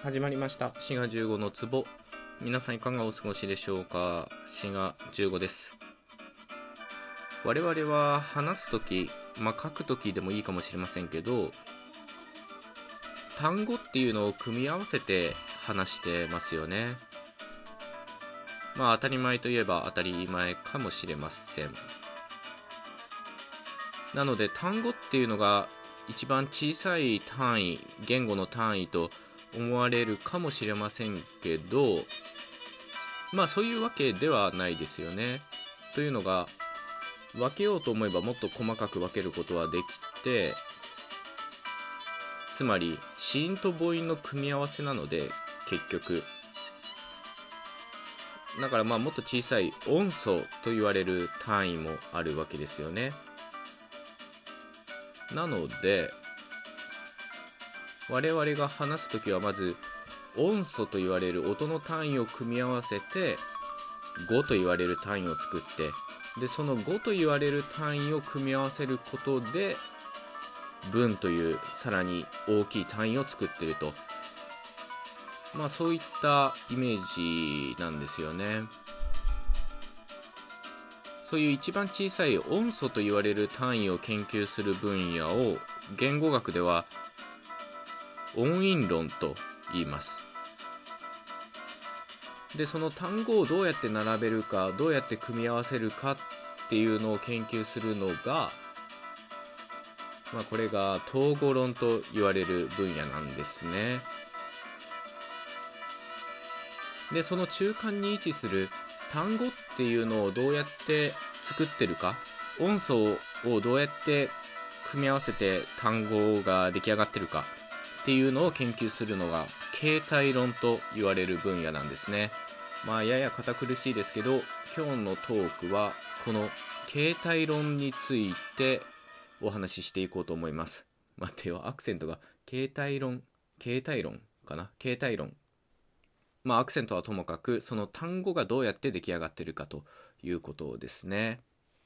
始まりました。滋賀15の壺。皆さんいかがお過ごしでしょうか。滋賀15です。我々は話すとき、書くときでもいいかもしれませんけど、単語っていうのを組み合わせて話してますよね。当たり前といえば当たり前かもしれません。なので単語っていうのが一番小さい単位、言語の単位と思われるかもしれませんけど、そういうわけではないですよね。というのが、分けようと思えばもっと細かく分けることはできて、つまり子音と母音の組み合わせなので、結局だからもっと小さい音素と言われる単位もあるわけですよね。なので我々が話すときはまず音素と言われる音の単位を組み合わせて語と言われる単位を作って、でその語と言われる単位を組み合わせることで文というさらに大きい単位を作っていると、そういったイメージなんですよね。そういう一番小さい音素と言われる単位を研究する分野を言語学では音韻論と言います。でその単語をどうやって並べるか、どうやって組み合わせるかっていうのを研究するのが、これが統合論と言われる分野なんですね。でその中間に位置する単語っていうのをどうやって作ってるか、音素をどうやって組み合わせて単語が出来上がってるかっていうのを研究するのが形態論と言われる分野なんですね。やや堅苦しいですけど、今日のトークはこの形態論についてお話ししていこうと思います。待ってよ、アクセントが形態論かな。形態論、アクセントはともかく、その単語がどうやって出来上がっているかということですね。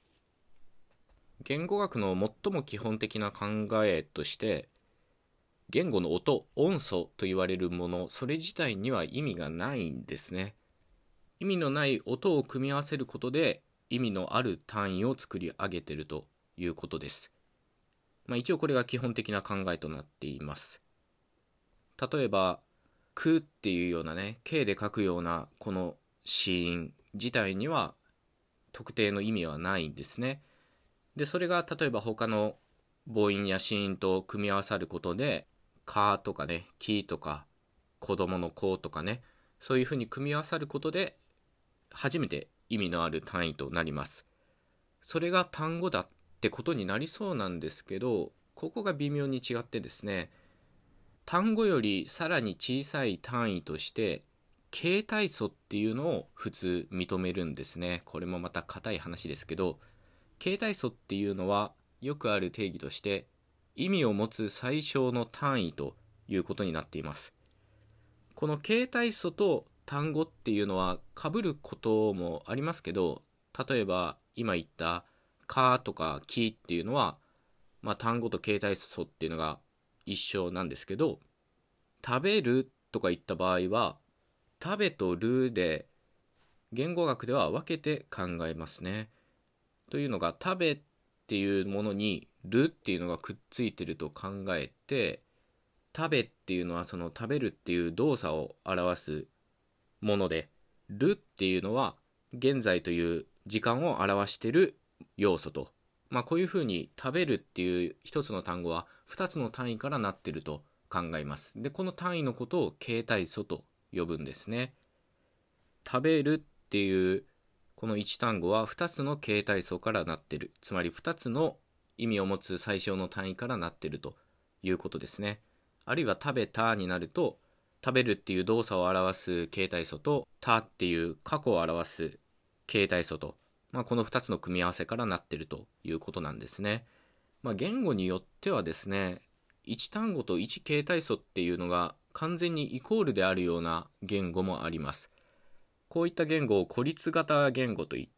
言語学の最も基本的な考えとして、言語の音、音素と言われるもの、それ自体には意味がないんですね。意味のない音を組み合わせることで意味のある単位を作り上げているということです。一応これが基本的な考えとなっています。例えばくっていうようなね、K で書くようなこの子音自体には特定の意味はないんですね。でそれが例えば他の母音や子音と組み合わさることで、かとかね、きとか子供の子とかね、そういうふうに組み合わさることで初めて意味のある単位となります。それが単語だってことになりそうなんですけど、ここが微妙に違ってですね、単語よりさらに小さい単位として形態素っていうのを普通認めるんですね。これもまた硬い話ですけど、形態素っていうのはよくある定義として意味を持つ最小の単位ということになっています。この形態素と単語っていうのは被ることもありますけど、例えば今言ったかとかきっていうのは、単語と形態素っていうのが一緒なんですけど、食べるとか言った場合は食べとるで言語学では分けて考えますね。というのが、食べっていうものにるっていうのがくっついてると考えて、食べっていうのはその食べるっていう動作を表すもので、るっていうのは現在という時間を表している要素と、こういうふうに食べるっていう一つの単語は二つの単位からなっていると考えます。でこの単位のことを形態素と呼ぶんですね。食べるっていうこの一単語は2つの形態素からなっている、つまり2つの意味を持つ最小の単位からなっているということですね。あるいは食べたになると、食べるっていう動作を表す形態素とたっていう過去を表す形態素と、この2つの組み合わせからなっているということなんですね。言語によってはですね、1単語と1形態素っていうのが完全にイコールであるような言語もあります。こういった言語を孤立型言語といって、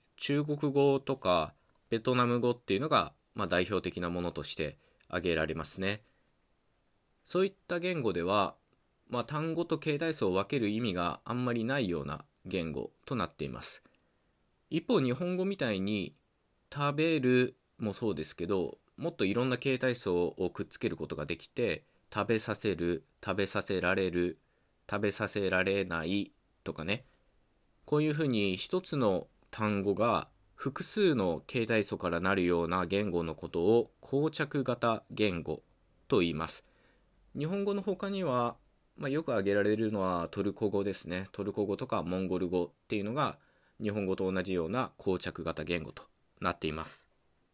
中国語とかベトナム語っていうのが代表的なものとして挙げられますね。そういった言語では単語と形態素を分ける意味があんまりないような言語となっています。一方、日本語みたいに食べるもそうですけど、もっといろんな形態素をくっつけることができて、食べさせる、食べさせられる、食べさせられないとかね、こういうふうに一つの単語が複数の形態素からなるような言語のことを膠着型言語と言います。日本語の他には、よく挙げられるのはトルコ語ですね。トルコ語とかモンゴル語っていうのが日本語と同じような膠着型言語となっています。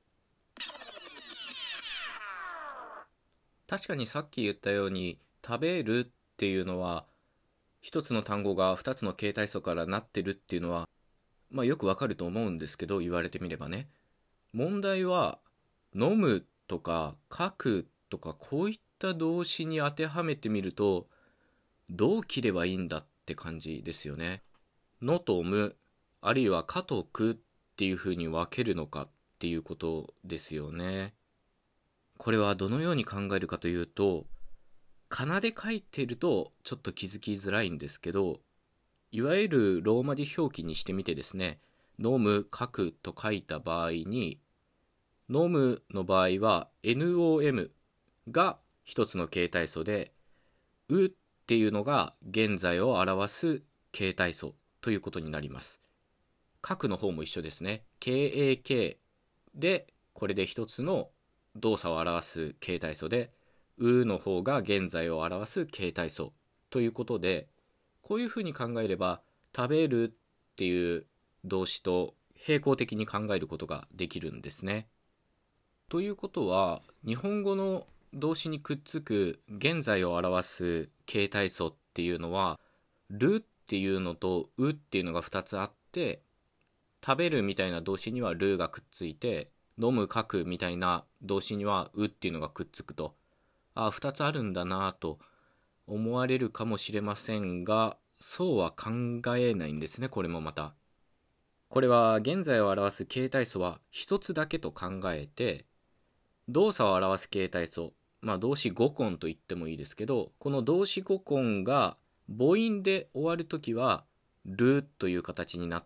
確かにさっき言ったように、食べるっていうのは一つの単語が二つの形態素からなってるっていうのはよくわかると思うんですけど、言われてみればね。問題は飲むとか書くとか、こういった動詞に当てはめてみるとどう切ればいいんだって感じですよね。のとむ、あるいはかとくっていうふうに分けるのかっていうことですよね。これはどのように考えるかというと、仮名で書いてるとちょっと気づきづらいんですけど、いわゆるローマ字表記にしてみてですね、飲む、書くと書いた場合に、飲むの場合は NOM が一つの形態素で、うっていうのが現在を表す形態素ということになります。書くの方も一緒ですね。KAK で、これで一つの動作を表す形態素で、うの方が現在を表す形態素ということで、こういうふうに考えれば、食べるっていう動詞と並行的に考えることができるんですね。ということは、日本語の動詞にくっつく現在を表す形態素っていうのは、るっていうのとうっていうのが2つあって、食べるみたいな動詞にはるがくっついて、飲む書くみたいな動詞にはうっていうのがくっつくと、2つあるんだなと思われるかもしれませんが、そうは考えないんですね。これもまた、これは現在を表す形態素は一つだけと考えて、動作を表す形態素、動詞語根と言ってもいいですけど、この動詞語根が母音で終わるときはるという形になって、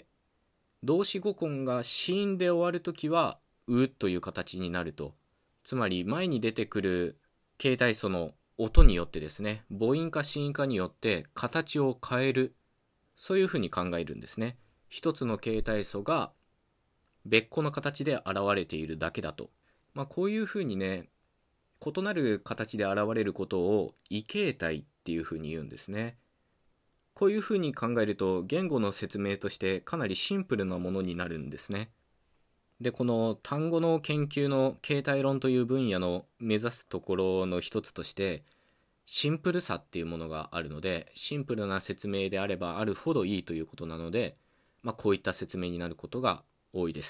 動詞語根が子音で終わるときはうという形になると。つまり前に出てくる形態素の音によってですね、母音か子音かによって形を変える、そういうふうに考えるんですね。一つの形態素が別個の形で現れているだけだと。こういうふうにね、異なる形で現れることを異形態っていうふうに言うんですね。こういうふうに考えると言語の説明としてかなりシンプルなものになるんですね。で、この単語の研究の形態論という分野の目指すところの一つとして、シンプルさっていうものがあるので、シンプルな説明であればあるほどいいということなので、こういった説明になることが多いです。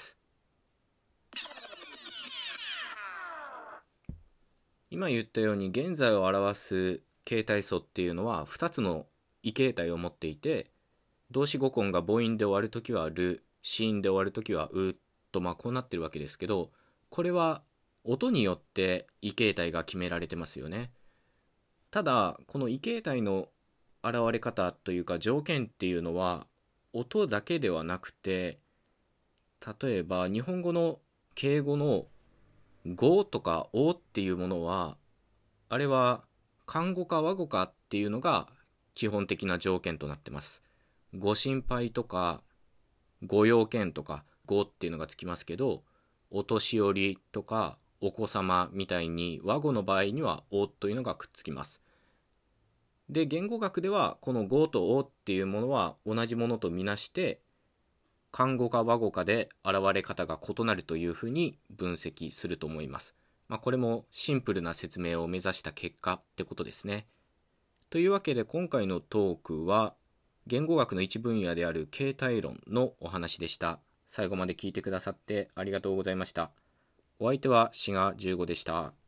今言ったように現在を表す形態素っていうのは2つの異形態を持っていて、動詞語根が母音で終わるときはる、子音で終わるときはうとこうなってるわけですけど、これは音によって異形態が決められてますよね。ただこの異形態の現れ方というか条件っていうのは音だけではなくて、例えば日本語の敬語の語とかおっていうものは、あれは漢語か和語かっていうのが基本的な条件となってます。ご心配とかご用件とか語っていうのがつきますけど、お年寄りとかお子様みたいに和語の場合にはおというのがくっつきます。で、言語学ではこの語とおっていうものは同じものとみなして、漢語か和語かで現れ方が異なるというふうに分析すると思います。これもシンプルな説明を目指した結果ってことですね。というわけで今回のトークは言語学の一分野である形態論のお話でした。最後まで聞いてくださってありがとうございました。お相手は志賀15でした。